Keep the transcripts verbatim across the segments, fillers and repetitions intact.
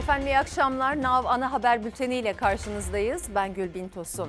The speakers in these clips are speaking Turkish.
Efendim iyi akşamlar. Nav Ana Haber Bülteni ile karşınızdayız. Ben Gülbin Tosun.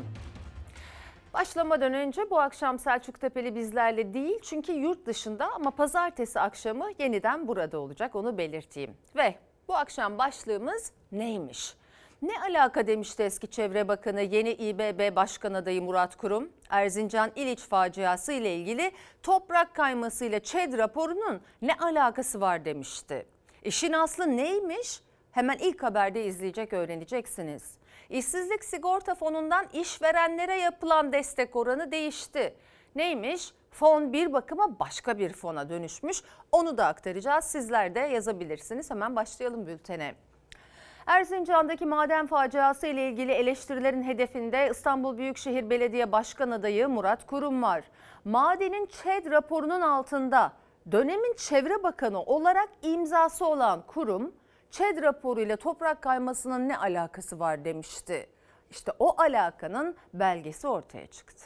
Başlamadan önce bu akşam Selçuk Tepeli bizlerle değil çünkü yurt dışında ama pazartesi akşamı yeniden burada olacak, onu belirteyim. Ve bu akşam başlığımız neymiş? Ne alaka demişti eski Çevre Bakanı yeni İ B B Başkan adayı Murat Kurum. Erzincan İliç faciası ile ilgili toprak kayması ile ÇED raporunun ne alakası var demişti. İşin aslı neymiş? Hemen ilk haberde izleyecek, öğreneceksiniz. İşsizlik Sigorta Fonu'ndan işverenlere yapılan destek oranı değişti. Neymiş? Fon bir bakıma başka bir fona dönüşmüş. Onu da aktaracağız. Sizler de yazabilirsiniz. Hemen başlayalım bültene. Erzincan'daki maden faciası ile ilgili eleştirilerin hedefinde İstanbul Büyükşehir Belediye Başkan adayı Murat Kurum var. Madenin ÇED raporunun altında dönemin Çevre Bakanı olarak imzası olan Kurum, ÇED raporuyla toprak kaymasının ne alakası var demişti. İşte o alakanın belgesi ortaya çıktı.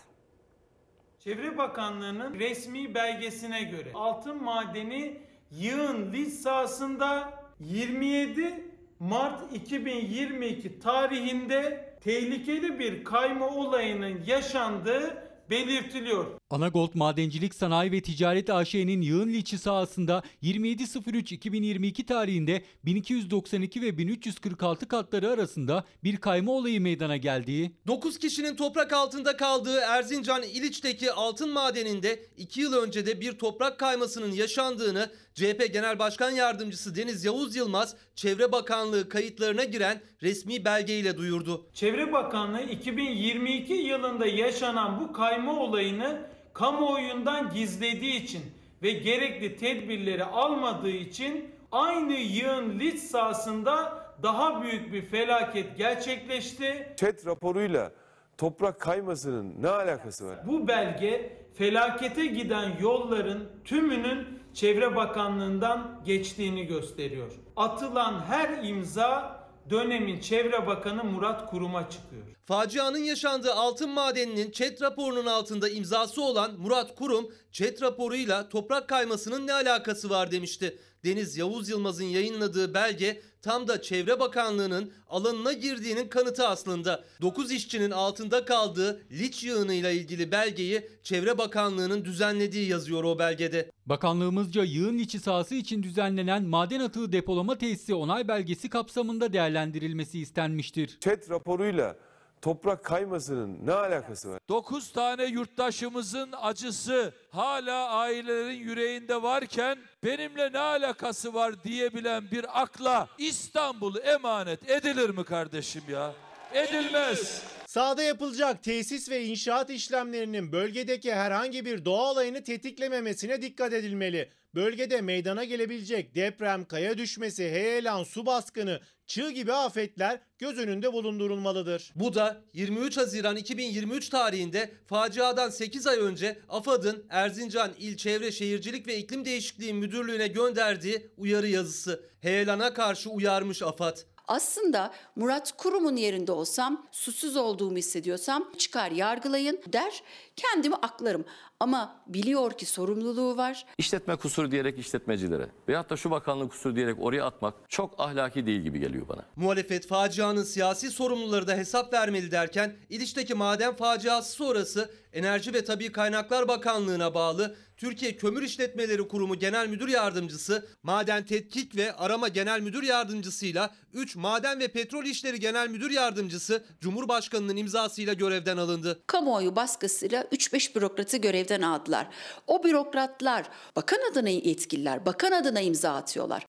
Çevre Bakanlığı'nın resmi belgesine göre altın madeni yığın liç sahasında yirmi yedi Mart iki bin yirmi iki tarihinde tehlikeli bir kayma olayının yaşandığı belirtiliyor. Anagold Madencilik Sanayi ve Ticaret A Ş'nin yığın liçi sahasında yirmi yedi Eylül iki bin yirmi iki tarihinde bin iki yüz doksan iki ve bin üç yüz kırk altı katları arasında bir kayma olayı meydana geldi. dokuz kişinin toprak altında kaldığı Erzincan İliç'teki altın madeninde iki yıl önce de bir toprak kaymasının yaşandığını C H P Genel Başkan Yardımcısı Deniz Yavuz Yılmaz, Çevre Bakanlığı kayıtlarına giren resmi belgeyle duyurdu. Çevre Bakanlığı iki bin yirmi iki yılında yaşanan bu kayma olayını kamuoyundan gizlediği için ve gerekli tedbirleri almadığı için aynı yığın liç sahasında daha büyük bir felaket gerçekleşti. ÇED raporuyla toprak kaymasının ne alakası var? Bu belge felakete giden yolların tümünün Çevre Bakanlığı'ndan geçtiğini gösteriyor. Atılan her imza dönemin Çevre Bakanı Murat Kurum'a çıkıyor. Facianın yaşandığı altın madeninin ÇED raporunun altında imzası olan Murat Kurum, ÇED raporuyla toprak kaymasının ne alakası var demişti. Deniz Yavuz Yılmaz'ın yayınladığı belge tam da Çevre Bakanlığı'nın alanına girdiğinin kanıtı aslında. dokuz işçinin altında kaldığı liç yığınıyla ilgili belgeyi Çevre Bakanlığı'nın düzenlediği yazıyor o belgede. Bakanlığımızca yığın liçi sahası için düzenlenen maden atığı depolama tesisi onay belgesi kapsamında değerlendirilmesi istenmiştir. ÇED raporuyla toprak kaymasının ne alakası var? dokuz tane yurttaşımızın acısı hala ailelerin yüreğinde varken benimle ne alakası var diyebilen bir akla İstanbul emanet edilir mi kardeşim ya? Edilmez. Sahada yapılacak tesis ve inşaat işlemlerinin bölgedeki herhangi bir doğa olayını tetiklememesine dikkat edilmeli. Bölgede meydana gelebilecek deprem, kaya düşmesi, heyelan, su baskını, çığ gibi afetler göz önünde bulundurulmalıdır. Bu da yirmi üç Haziran iki bin yirmi üç tarihinde faciadan sekiz ay önce AFAD'ın Erzincan İl Çevre Şehircilik ve İklim Değişikliği Müdürlüğü'ne gönderdiği uyarı yazısı. Heyelana karşı uyarmış AFAD. Aslında Murat Kurum'un yerinde olsam, suçsuz olduğumu hissediyorsam çıkar yargılayın der, kendimi aklarım. Ama biliyor ki sorumluluğu var. İşletme kusuru diyerek işletmecilere veyahut da şu bakanlık kusuru diyerek oraya atmak çok ahlaki değil gibi geliyor bana. Muhalefet facianın siyasi sorumluları da hesap vermeli derken İliç'teki maden faciası sonrası Enerji ve Tabii Kaynaklar Bakanlığı'na bağlı Türkiye Kömür İşletmeleri Kurumu Genel Müdür Yardımcısı, Maden Tetkik ve Arama Genel Müdür Yardımcısıyla üç Maden ve Petrol İşleri Genel Müdür Yardımcısı Cumhurbaşkanı'nın imzasıyla görevden alındı. Kamuoyu baskısıyla üç beş bürokratı görevden aldılar. O bürokratlar bakan adına yetkililer, bakan adına imza atıyorlar.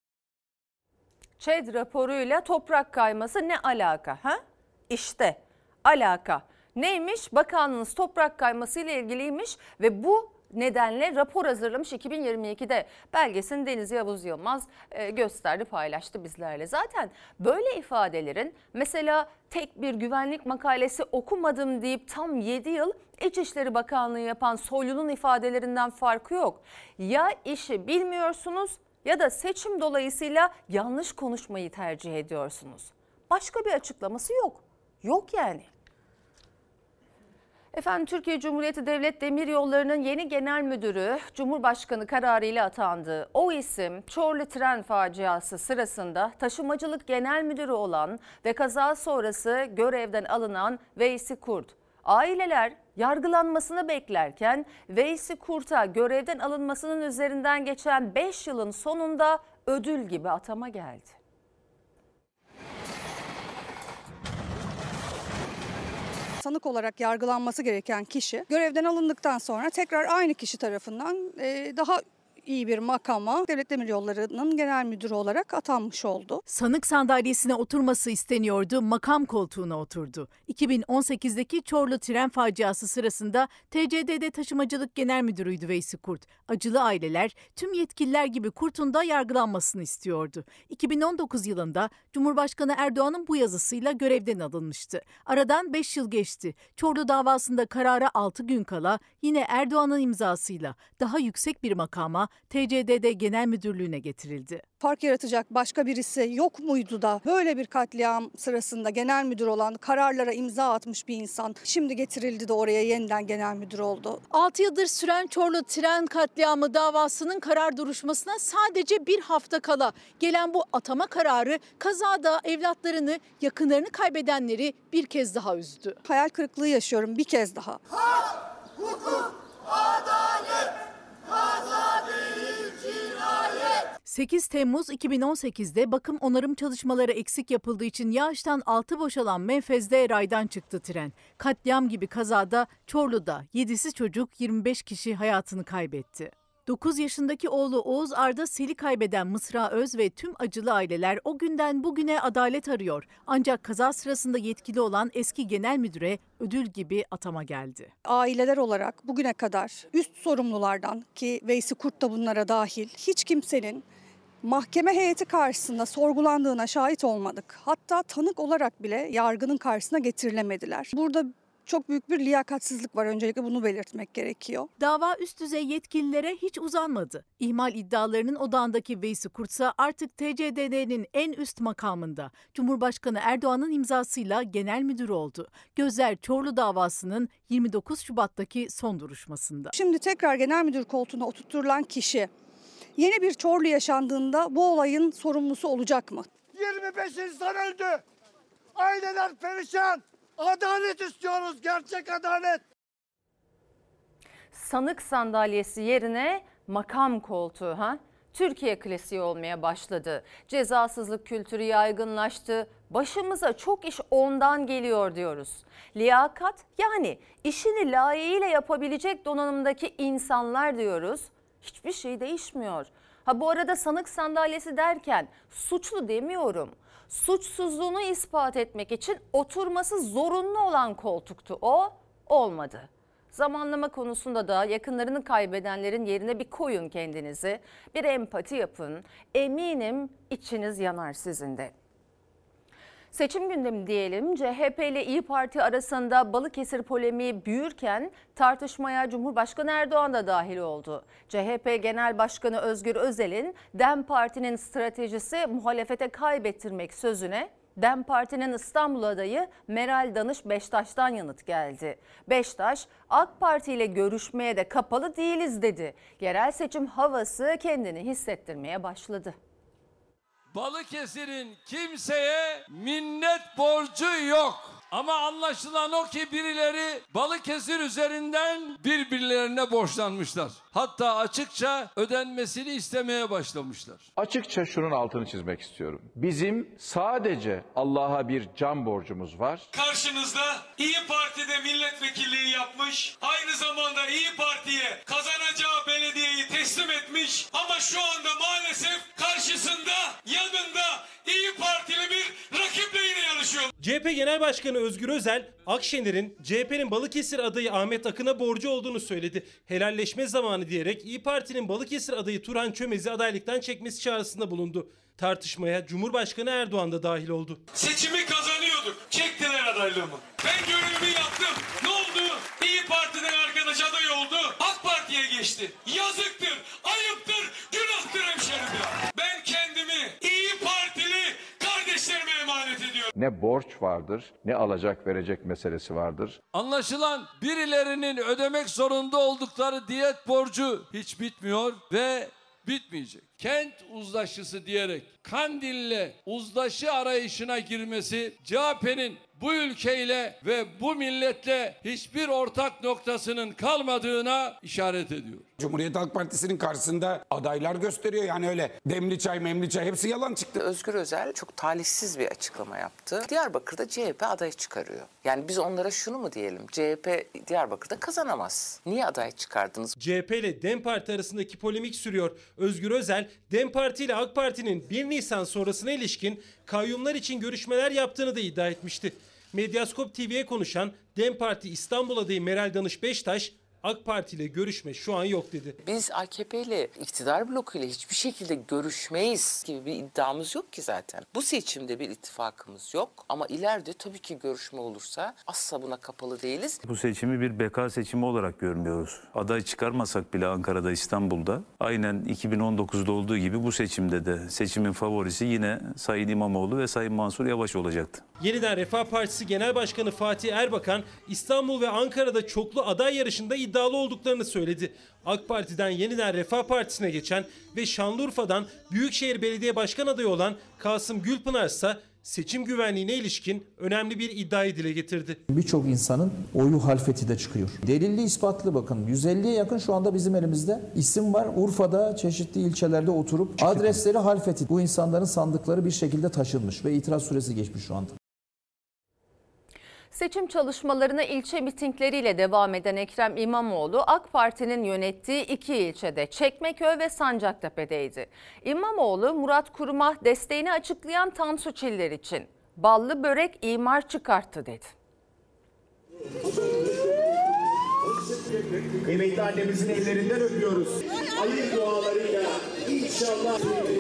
ÇED raporuyla toprak kayması ne alaka? Ha? İşte alaka. Neymiş? Bakanlığınız toprak kayması ile ilgiliymiş ve bu nedenle rapor hazırlamış iki bin yirmi ikide. Belgesini Deniz Yavuz Yılmaz gösterdi, paylaştı bizlerle. Zaten böyle ifadelerin mesela tek bir güvenlik makalesi okumadım deyip tam yedi yıl İçişleri Bakanlığı yapan Soylu'nun ifadelerinden farkı yok. Ya işi bilmiyorsunuz ya da seçim dolayısıyla yanlış konuşmayı tercih ediyorsunuz. Başka bir açıklaması yok. Yok yani. Efendim Türkiye Cumhuriyeti Devlet Demiryolları'nın yeni genel müdürü Cumhurbaşkanı kararıyla atandı. O isim Çorlu tren faciası sırasında taşımacılık genel müdürü olan ve kaza sonrası görevden alınan Veysi Kurt. Aileler yargılanmasını beklerken Veysi Kurt'a görevden alınmasının üzerinden geçen beş yılın sonunda ödül gibi atama geldi. Sanık olarak yargılanması gereken kişi görevden alındıktan sonra tekrar aynı kişi tarafından e, daha iyi bir makama Devlet Demiryolları'nın genel müdürü olarak atanmış oldu. Sanık sandalyesine oturması isteniyordu, makam koltuğuna oturdu. iki bin on sekizdeki Çorlu tren faciası sırasında T C D D Taşımacılık Genel Müdürüydü Veysi Kurt. Acılı aileler tüm yetkililer gibi Kurt'un da yargılanmasını istiyordu. iki bin on dokuz yılında Cumhurbaşkanı Erdoğan'ın bu yazısıyla görevden alınmıştı. Aradan beş yıl geçti. Çorlu davasında karara altı gün kala yine Erdoğan'ın imzasıyla daha yüksek bir makama T C D D Genel Müdürlüğü'ne getirildi. Fark yaratacak başka birisi yok muydu da böyle bir katliam sırasında genel müdür olan, kararlara imza atmış bir insan şimdi getirildi de oraya yeniden genel müdür oldu. altı yıldır süren Çorlu tren katliamı davasının karar duruşmasına sadece bir hafta kala gelen bu atama kararı kazada evlatlarını, yakınlarını kaybedenleri bir kez daha üzdü. Hayal kırıklığı yaşıyorum bir kez daha. Hak, hukuk, adalet, kaza değil cinayet. sekiz Temmuz iki bin on sekizde bakım onarım çalışmaları eksik yapıldığı için yağıştan altı boşalan menfezde raydan çıktı tren. Katliam gibi kazada Çorlu'da yedisi çocuk, yirmi beş kişi hayatını kaybetti. dokuz yaşındaki oğlu Oğuz Arda Sel'i kaybeden Mısra Öz ve tüm acılı aileler o günden bugüne adalet arıyor. Ancak kaza sırasında yetkili olan eski genel müdüre ödül gibi atama geldi. Aileler olarak bugüne kadar üst sorumlulardan, ki Veysi Kurt da bunlara dahil, hiç kimsenin mahkeme heyeti karşısında sorgulandığına şahit olmadık. Hatta tanık olarak bile yargının karşısına getirilemediler. Burada çok büyük bir liyakatsizlik var. Öncelikle bunu belirtmek gerekiyor. Dava üst düzey yetkililere hiç uzanmadı. İhmal iddialarının odağındaki Veysi Kurt'sa artık T C D D'nin en üst makamında. Cumhurbaşkanı Erdoğan'ın imzasıyla genel müdür oldu. Gözler Çorlu davasının yirmi dokuz Şubat'taki son duruşmasında. Şimdi tekrar genel müdür koltuğuna oturtulan kişi yeni bir Çorlu yaşandığında bu olayın sorumlusu olacak mı? yirmi beş insan öldü. Aileler perişan. Adalet istiyoruz, gerçek adalet. Sanık sandalyesi yerine makam koltuğu ha? Türkiye klasiği olmaya başladı. Cezasızlık kültürü yaygınlaştı. Başımıza çok iş ondan geliyor diyoruz. Liyakat yani işini layığıyla yapabilecek donanımdaki insanlar diyoruz. Hiçbir şey değişmiyor. Ha bu arada sanık sandalyesi derken suçlu demiyorum. Suçsuzluğunu ispat etmek için oturması zorunlu olan koltuktu o, olmadı. Zamanlama konusunda da yakınlarını kaybedenlerin yerine bir koyun kendinizi, bir empati yapın. Eminim içiniz yanar sizin de. Seçim gündemi diyelim. C H P ile İYİ Parti arasında Balıkesir polemiği büyürken tartışmaya Cumhurbaşkanı Erdoğan da dahil oldu. C H P Genel Başkanı Özgür Özel'in DEM Parti'nin stratejisi muhalefete kaybettirmek sözüne DEM Parti'nin İstanbul adayı Meral Danış Beştaş'tan yanıt geldi. Beştaş, AK Parti ile görüşmeye de kapalı değiliz dedi. Yerel seçim havası kendini hissettirmeye başladı. Balıkesir'in kimseye minnet borcu yok. Ama anlaşılan o ki birileri Balıkesir üzerinden birbirlerine borçlanmışlar. Hatta açıkça ödenmesini istemeye başlamışlar. Açıkça şunun altını çizmek istiyorum. Bizim sadece Allah'a bir can borcumuz var. Karşınızda İYİ Parti'de milletvekilliği yapmış, aynı zamanda İYİ Parti'ye kazanacağı belediyeyi teslim etmiş ama şu anda maalesef karşısında, yanında İYİ Partili bir rakiple yine yarışıyor. C H P Genel Başkanı Özgür Özel, Akşener'in C H P'nin Balıkesir adayı Ahmet Akın'a borcu olduğunu söyledi. Helalleşme zamanı diyerek İYİ Parti'nin Balıkesir adayı Turhan Çömez'i adaylıktan çekmesi çağrısında bulundu. Tartışmaya Cumhurbaşkanı Erdoğan da dahil oldu. Seçimi kazanıyorduk. Çektiler adaylığımı. Ben görevimi yaptım. Ne oldu? İYİ Parti'den arkadaş aday oldu. AK Parti'ye geçti. Yazıktır, ayıptır, günahtır hemşerim ya. Ben kendimi İYİ Partili kardeşlerime emanet ediyorum. Ne borç vardır, ne alacak verecek meselesi vardır. Anlaşılan birilerinin ödemek zorunda oldukları diyet borcu hiç bitmiyor ve bitmeyecek. Kent uzlaşısı diyerek Kandil'le uzlaşı arayışına girmesi C H P'nin bu ülkeyle ve bu milletle hiçbir ortak noktasının kalmadığına işaret ediyor. Cumhuriyet Halk Partisi'nin karşısında adaylar gösteriyor. Yani öyle demli çay memli çay hepsi yalan çıktı. Özgür Özel çok talihsiz bir açıklama yaptı. Diyarbakır'da C H P aday çıkarıyor. Yani biz onlara şunu mu diyelim? C H P Diyarbakır'da kazanamaz. Niye aday çıkardınız? C H P ile DEM Parti arasındaki polemik sürüyor. Özgür Özel, DEM Parti ile AK Parti'nin bir Nisan sonrasına ilişkin kayyumlar için görüşmeler yaptığını da iddia etmişti. Medyaskop T V'ye konuşan DEM Parti İstanbul adayı Meral Danış Beştaş, AK Parti ile görüşme şu an yok dedi. Biz A K P ile iktidar blokuyla hiçbir şekilde görüşmeyiz gibi bir iddiamız yok ki zaten. Bu seçimde bir ittifakımız yok ama ileride tabii ki görüşme olursa asla buna kapalı değiliz. Bu seçimi bir beka seçimi olarak görmüyoruz. Aday çıkarmasak bile Ankara'da, İstanbul'da aynen iki bin on dokuzda olduğu gibi bu seçimde de seçimin favorisi yine Sayın İmamoğlu ve Sayın Mansur Yavaş olacaktı. Yeniden Refah Partisi Genel Başkanı Fatih Erbakan, İstanbul ve Ankara'da çoklu aday yarışında iddialı olduklarını söyledi. AK Parti'den Yeniden Refah Partisi'ne geçen ve Şanlıurfa'dan Büyükşehir Belediye Başkan adayı olan Kasım Gülpınar ise seçim güvenliğine ilişkin önemli bir iddiayı dile getirdi. Birçok insanın oyu halfeti de çıkıyor. Delilli ispatlı bakın yüz elliye yakın şu anda bizim elimizde isim var. Urfa'da çeşitli ilçelerde oturup adresleri halfeti. Bu insanların sandıkları bir şekilde taşınmış ve itiraz süresi geçmiş şu anda. Seçim çalışmalarına ilçe mitingleriyle devam eden Ekrem İmamoğlu, AK Parti'nin yönettiği iki ilçede Çekmeköy ve Sancaktepe'deydi. İmamoğlu, Murat Kurum'a desteğini açıklayan Tansu Çiller için ballı börek imar çıkarttı dedi. Kıymetli annemizin ellerinden öpüyoruz. Hayır dualarıyla inşallah.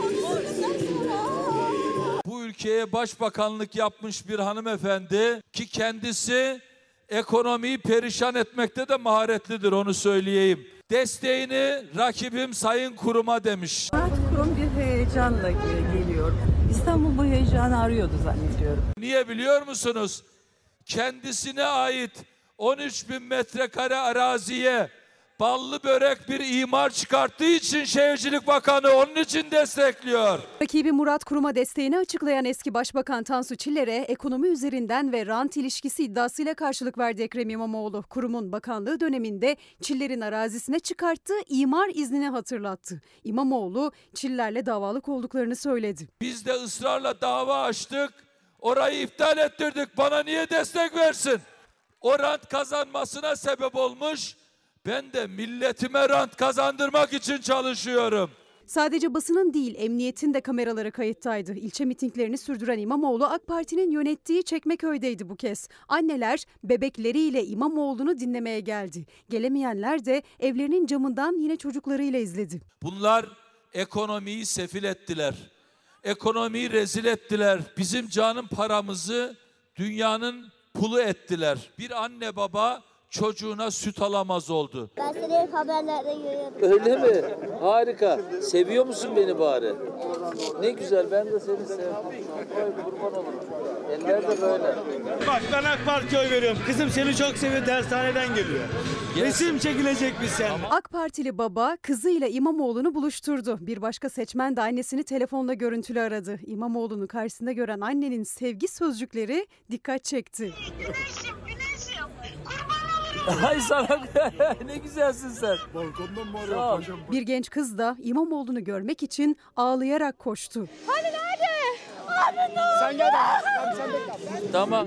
Bu ülkeye başbakanlık yapmış bir hanımefendi ki kendisi ekonomiyi perişan etmekte de maharetlidir, onu söyleyeyim. Desteğini rakibim Sayın Kurum'a demiş. Murat Kurum bir heyecanla geliyor. İstanbul bu heyecanı arıyordu zannediyorum. Niye biliyor musunuz? Kendisine ait on üç bin metrekare araziye ballı börek bir imar çıkarttığı için Şehircilik Bakanı onun için destekliyor. Rakibi Murat Kurum'a desteğini açıklayan eski Başbakan Tansu Çiller'e ekonomi üzerinden ve rant ilişkisi iddiasıyla karşılık verdi Ekrem İmamoğlu. Kurum'un bakanlığı döneminde Çiller'in arazisine çıkarttığı imar iznini hatırlattı. İmamoğlu Çiller'le davalık olduklarını söyledi. Biz de ısrarla dava açtık, orayı iptal ettirdik, bana niye destek versin? O rant kazanmasına sebep olmuş. Ben de milletime rant kazandırmak için çalışıyorum. Sadece basının değil, emniyetin de kameraları kayıttaydı. İlçe mitinglerini sürdüren İmamoğlu AK Parti'nin yönettiği Çekmeköy'deydi bu kez. Anneler bebekleriyle İmamoğlu'nu dinlemeye geldi. Gelemeyenler de evlerinin camından yine çocuklarıyla izledi. Bunlar ekonomiyi sefil ettiler. Ekonomiyi rezil ettiler. Bizim canım paramızı dünyanın pulu ettiler. Bir anne baba çocuğuna süt alamaz oldu. Ben seni hep haberlerde görüyorum. Öyle mi? Harika. Seviyor musun beni bari? Ne güzel, ben de seni seviyorum. Kurban olurum. Eller de böyle. Bak ben AK Parti'ye oy veriyorum. Kızım seni çok seviyor, dershaneden geliyor. Resim çekilecek biz sen. AK Partili baba kızıyla İmamoğlu'nu buluşturdu. Bir başka seçmen de annesini telefonla görüntülü aradı. İmamoğlu'nu karşısında gören annenin sevgi sözcükleri dikkat çekti. Güneşim, güneşim. Kurban Ay sana ne güzelsin sen. Balkondan mı arıyor? Bir genç kız da İmamoğlu'nu görmek için ağlayarak koştu. Hani nerede? Abi ne oldu? Sen gel. Sen bekle. Tamam.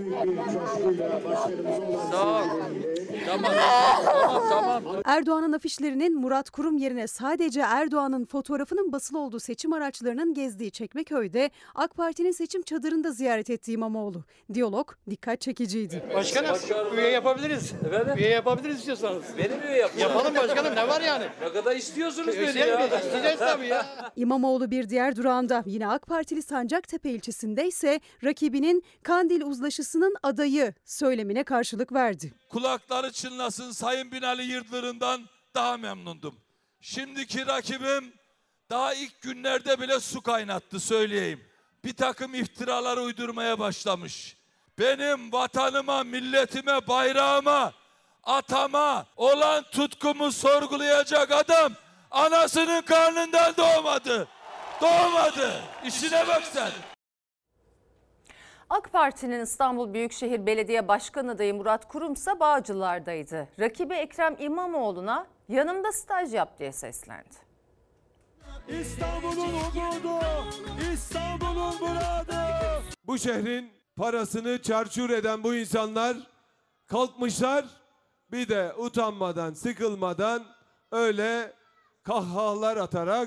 Tamam. Tamam. Tamam. Tamam. Erdoğan'ın afişlerinin Murat Kurum yerine sadece Erdoğan'ın fotoğrafının basılı olduğu seçim araçlarının gezdiği Çekmeköy'de AK Parti'nin seçim çadırında ziyaret ettiği İmamoğlu. Diyalog dikkat çekiciydi. Başkanım üye yapabiliriz. Efendim? Üye yapabiliriz istiyorsanız. Benim üye yapalım. Yapalım başkanım, ne var yani? Ne kadar istiyorsunuz beni Özel ya? mi? İsteyeceğiz tabii ya. İmamoğlu bir diğer durağında yine AK Partili Sancaktepe ilçesinde ise rakibinin Kandil uzlaşısının adayı söylemine karşılık verdi. Kulakları çınlasın, Sayın Binali Yıldırım'dan daha memnundum. Şimdiki rakibim daha ilk günlerde bile su kaynattı, söyleyeyim. bir takım iftiralar uydurmaya başlamış. Benim vatanıma, milletime, bayrağıma, atama olan tutkumu sorgulayacak adam anasının karnından doğmadı. Doğmadı. İşine bak sen. AK Parti'nin İstanbul Büyükşehir Belediye Başkan adayı Murat Kurum ise Bağcılar'daydı. Rakibi Ekrem İmamoğlu'na yanımda staj yap diye seslendi. İstanbul'un umudu, İstanbul'un muradı. Bu şehrin parasını çarçur eden bu insanlar kalkmışlar, bir de utanmadan, sıkılmadan öyle kahkahalar atarak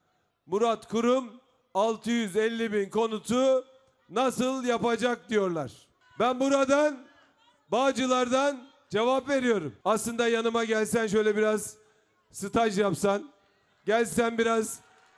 Murat Kurum altı yüz elli bin konutu nasıl yapacak diyorlar. Ben buradan, Bağcılar'dan cevap veriyorum. Aslında yanıma gelsen, şöyle biraz staj yapsan, gelsen biraz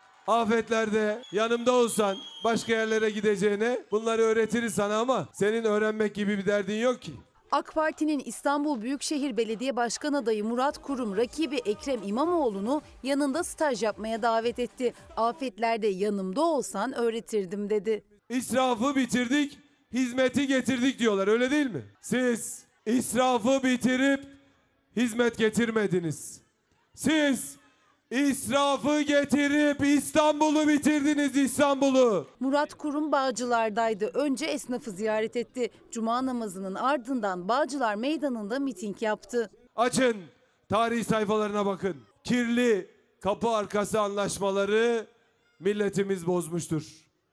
afetlerde yanımda olsan, başka yerlere gideceğine bunları öğretiriz sana, ama senin öğrenmek gibi bir derdin yok ki. AK Parti'nin İstanbul Büyükşehir Belediye Başkan adayı Murat Kurum rakibi Ekrem İmamoğlu'nu yanında staj yapmaya davet etti. Afetlerde yanımda olsan öğretirdim dedi. İsrafı bitirdik, hizmeti getirdik diyorlar, öyle değil mi? Siz israfı bitirip hizmet getirmediniz. Siz İsrafı getirip İstanbul'u bitirdiniz, İstanbul'u. Murat Kurum Bağcılar'daydı. Önce esnafı ziyaret etti. Cuma namazının ardından Bağcılar Meydanı'nda miting yaptı. Açın, tarih sayfalarına bakın. Kirli kapı arkası anlaşmaları milletimiz bozmuştur.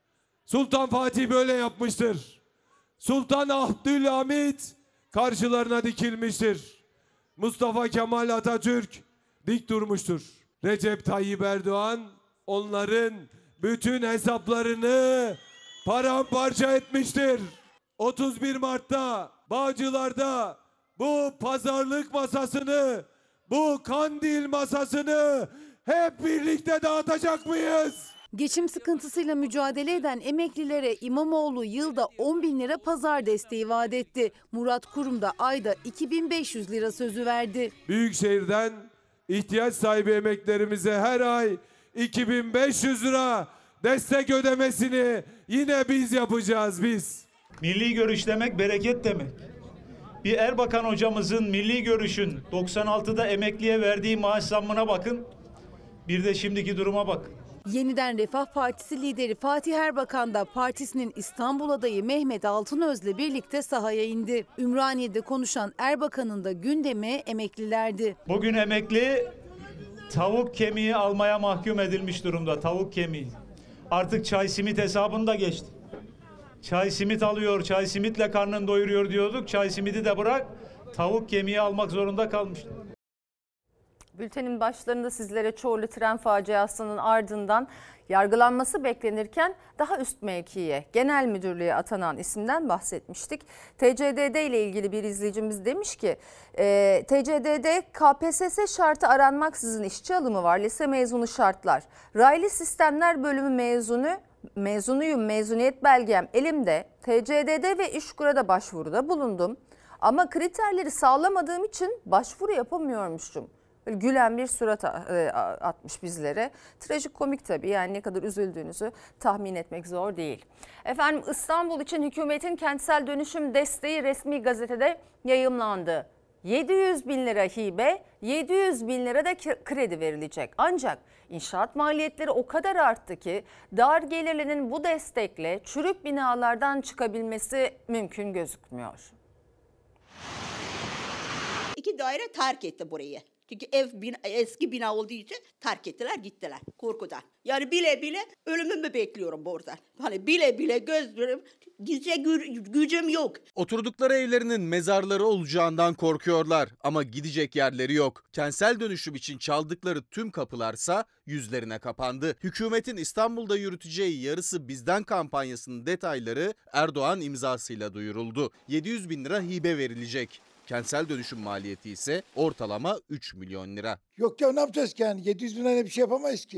Sultan Fatih böyle yapmıştır. Sultan Abdülhamit karşılarına dikilmiştir. Mustafa Kemal Atatürk dik durmuştur. Recep Tayyip Erdoğan onların bütün hesaplarını paramparça etmiştir. otuz bir Mart'ta Bağcılar'da bu pazarlık masasını, bu kandil masasını hep birlikte dağıtacak mıyız? Geçim sıkıntısıyla mücadele eden emeklilere İmamoğlu yılda on bin lira pazar desteği vaat etti. Murat Kurum da ayda iki bin beş yüz lira sözü verdi. Büyükşehir'den ihtiyaç sahibi emeklerimize her ay iki bin beş yüz lira destek ödemesini yine biz yapacağız, biz. Milli görüş demek bereket demek. Bir Erbakan hocamızın Milli Görüş'ün doksan altıda emekliye verdiği maaş zammına bakın. Bir de şimdiki duruma bakın. Yeniden Refah Partisi lideri Fatih Erbakan da partisinin İstanbul adayı Mehmet Altınöz'le birlikte sahaya indi. Ümraniye'de konuşan Erbakan'ın da gündemi emeklilerdi. Bugün emekli tavuk kemiği almaya mahkum edilmiş durumda, tavuk kemiği. Artık çay simit hesabını da geçti. Çay simit alıyor, çay simitle karnını doyuruyor diyorduk. Çay simidi de bırak, tavuk kemiği almak zorunda kalmıştı. Bültenin başlarında sizlere Çorlu tren faciasının ardından yargılanması beklenirken daha üst mevkiye, genel müdürlüğe atanan isimden bahsetmiştik. T C D D ile ilgili bir izleyicimiz demiş ki e, T C D D K P S S şartı aranmaksızın işçi alımı var, lise mezunu şartlar. Raylı sistemler bölümü mezunu mezunuyum, mezuniyet belgem elimde. T C D D ve İşkur'a da başvuruda bulundum. Ama kriterleri sağlamadığım için başvuru yapamıyormuşum. Böyle gülen bir surat atmış bizlere. Trajikomik tabii, yani ne kadar üzüldüğünüzü tahmin etmek zor değil. Efendim, İstanbul için hükümetin kentsel dönüşüm desteği resmi gazetede yayımlandı. yedi yüz bin lira hibe, yedi yüz bin lira da kredi verilecek. Ancak inşaat maliyetleri o kadar arttı ki dar gelirlinin bu destekle çürük binalardan çıkabilmesi mümkün gözükmüyor. İki daire terk etti burayı. Çünkü ev bina, eski bina olduğu için terk ettiler, gittiler korkudan. Yani bile bile ölümümü bekliyorum buradan. Hani bile bile gözlerim, gidecek gücüm yok. Oturdukları evlerinin mezarları olacağından korkuyorlar ama gidecek yerleri yok. Kentsel dönüşüm için çaldıkları tüm kapılarsa yüzlerine kapandı. Hükümetin İstanbul'da yürüteceği Yarısı Bizden kampanyasının detayları Erdoğan imzasıyla duyuruldu. yedi yüz bin lira hibe verilecek. Kentsel dönüşüm maliyeti ise ortalama üç milyon lira. Yok ya, ne yapacağız ki yani? yedi yüz bin liraya bir şey yapamayız ki.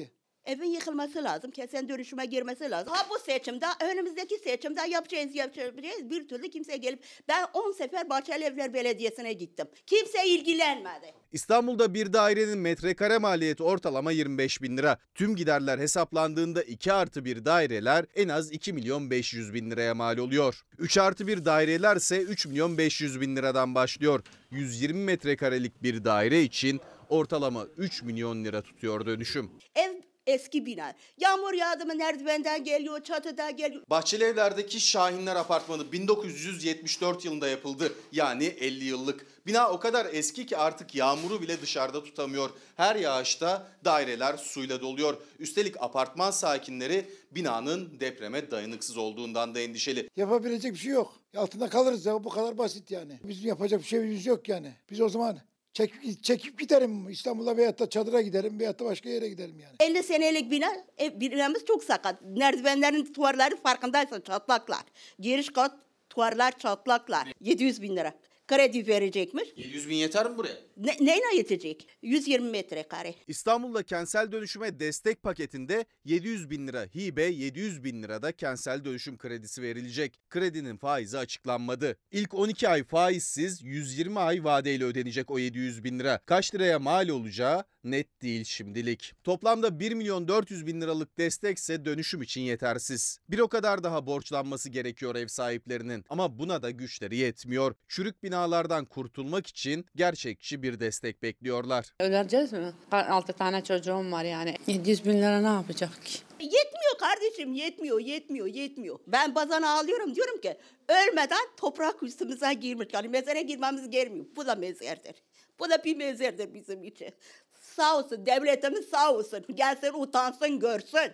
Evin yıkılması lazım. Kesen dönüşüme girmesi lazım. Ha bu seçimde, önümüzdeki seçimde yapacağız, yapacağız. Bir türlü kimse gelip, ben on sefer Bahçelievler Belediyesi'ne gittim. Kimse ilgilenmedi. İstanbul'da bir dairenin metrekare maliyeti ortalama yirmi beş bin lira. Tüm giderler hesaplandığında iki artı bir daireler en az iki milyon beş yüz bin liraya mal oluyor. üç artı bir daireler ise üç milyon beş yüz bin liradan başlıyor. yüz yirmi metrekarelik bir daire için ortalama üç milyon lira tutuyor dönüşüm. Ev eski bina. Yağmur yağdı mı merdivenden geliyor, çatıda geliyor. Bahçelievler'deki Şahinler Apartmanı bin dokuz yüz yetmiş dört yılında yapıldı. Yani elli yıllık. Bina o kadar eski ki artık yağmuru bile dışarıda tutamıyor. Her yağışta daireler suyla doluyor. Üstelik apartman sakinleri binanın depreme dayanıksız olduğundan da endişeli. Yapabilecek bir şey yok. Altında kalırız ya, bu kadar basit yani. Bizim yapacak bir şeyimiz yok yani. Biz o zaman çekip, çekip giderim İstanbul'a veyahut da çadıra giderim veyahut da başka yere giderim yani. elli senelik bina, ev, binamız çok sakat. Merdivenlerin duvarları farkındaysan çatlaklar. Giriş kat duvarlar çatlaklar. yedi yüz bin lira. Kredi verecekmiş. yedi yüz bin yeter mi buraya? Ne, neyle yetecek? yüz yirmi metrekare. İstanbul'da kentsel dönüşüme destek paketinde yedi yüz bin lira hibe, yedi yüz bin lira da kentsel dönüşüm kredisi verilecek. Kredinin faizi açıklanmadı. İlk on iki ay faizsiz, yüz yirmi ay vadeyle ödenecek o yedi yüz bin lira. Kaç liraya mal olacağı net değil şimdilik. Toplamda bir milyon dört yüz bin liralık destekse dönüşüm için yetersiz. Bir o kadar daha borçlanması gerekiyor ev sahiplerinin. Ama buna da güçleri yetmiyor. Çürük binalardan kurtulmak için gerçekçi bir destek bekliyorlar. Öleceğiz mi? Altı tane çocuğum var yani. yedi yüz bin lira ne yapacak ki? Yetmiyor kardeşim, yetmiyor, yetmiyor, yetmiyor. Ben bazen ağlıyorum, diyorum ki ölmeden toprak üstümüze girmiş. Yani mezara girmemiz gelmiyor. Bu da mezardır. Bu da bir mezardır bizim için. Sağ olsun, devletimiz sağ olsun. Gelsin utansın, görsün.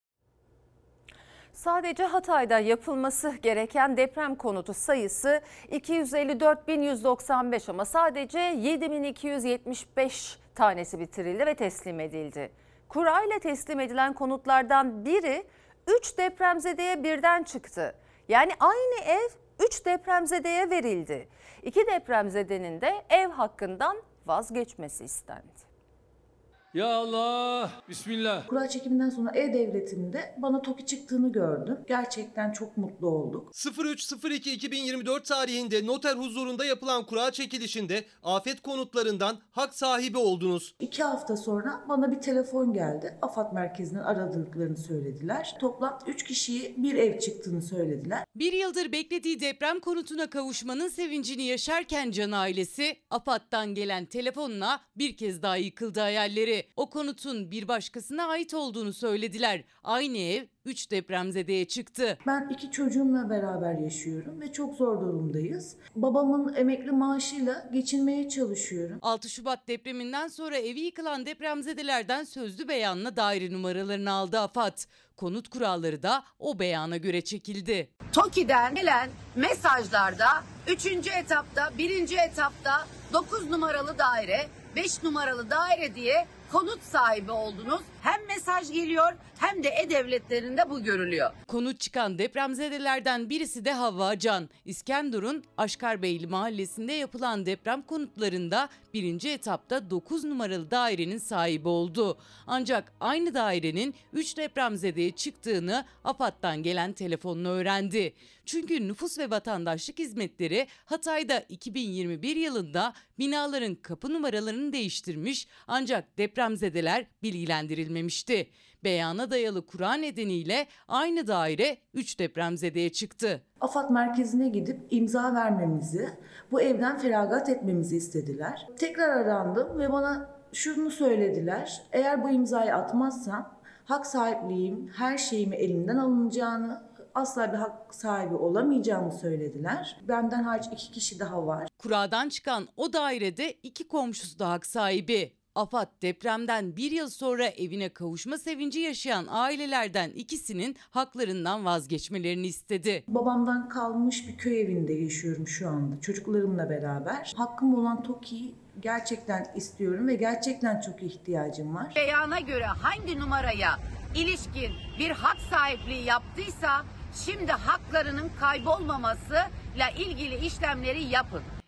Sadece Hatay'da yapılması gereken deprem konutu sayısı iki yüz elli dört bin yüz doksan beş ama sadece yedi bin iki yüz yetmiş beş tanesi bitirildi ve teslim edildi. Kura ile teslim edilen konutlardan biri üç depremzedeye birden çıktı. Yani aynı ev üç depremzedeye verildi. İki depremzedenin de ev hakkından vazgeçmesi istendi. Ya Allah, Bismillah. Kura çekiminden sonra E-Devleti'nde bana TOKİ çıktığını gördüm. Gerçekten çok mutlu olduk. sıfır üç sıfır iki iki bin yirmi dört tarihinde noter huzurunda yapılan kura çekilişinde afet konutlarından hak sahibi oldunuz. İki hafta sonra bana bir telefon geldi. AFAD merkezinden aradıklarını söylediler. Toplam üç kişiye bir ev çıktığını söylediler. Bir yıldır beklediği deprem konutuna kavuşmanın sevincini yaşarken Can ailesi AFAD'dan gelen telefonla bir kez daha yıkıldı hayalleri. O konutun bir başkasına ait olduğunu söylediler. Aynı ev üç depremzedeye çıktı. Ben iki çocuğumla beraber yaşıyorum ve çok zor durumdayız. Babamın emekli maaşıyla geçinmeye çalışıyorum. altı Şubat depreminden sonra evi yıkılan depremzedelerden sözlü beyanla daire numaralarını aldı AFAD. Konut kuralları da o beyana göre çekildi. TOKİ'den gelen mesajlarda üçüncü etapta, birinci etapta dokuz numaralı daire, beş numaralı daire diye konut sahibi oldunuz. Hem mesaj geliyor hem de E-Devletlerinde bu görülüyor. Konut çıkan depremzedelerden birisi de Havva Can. İskenderun Aşkarbeyli mahallesinde yapılan deprem konutlarında birinci etapta dokuz numaralı dairenin sahibi oldu. Ancak aynı dairenin üç depremzedeye çıktığını AFAD'dan gelen telefonla öğrendi. Çünkü Nüfus ve Vatandaşlık Hizmetleri Hatay'da iki bin yirmi bir yılında binaların kapı numaralarını değiştirmiş ancak depremzedeler bilgilendirilmemişti. Beyana dayalı kura nedeniyle aynı daire üç depremzedeye çıktı. AFAD merkezine gidip imza vermemizi, bu evden feragat etmemizi istediler. Tekrar arandım ve bana şunu söylediler. Eğer bu imzayı atmazsam hak sahipliğim, her şeyimi elimden alınacağını, asla bir hak sahibi olamayacağımı söylediler. Benden hariç iki kişi daha var. Kuradan çıkan o dairede iki komşusu da hak sahibi. AFAD depremden bir yıl sonra evine kavuşma sevinci yaşayan ailelerden ikisinin haklarından vazgeçmelerini istedi. Babamdan kalmış bir köy evinde yaşıyorum şu anda çocuklarımla beraber. Hakkım olan TOKİ'yi gerçekten istiyorum ve gerçekten çok ihtiyacım var. Beyana göre hangi numaraya ilişkin bir hak sahipliği yaptıysa şimdi haklarının kaybolmamasıyla ilgili işlemleri yapın.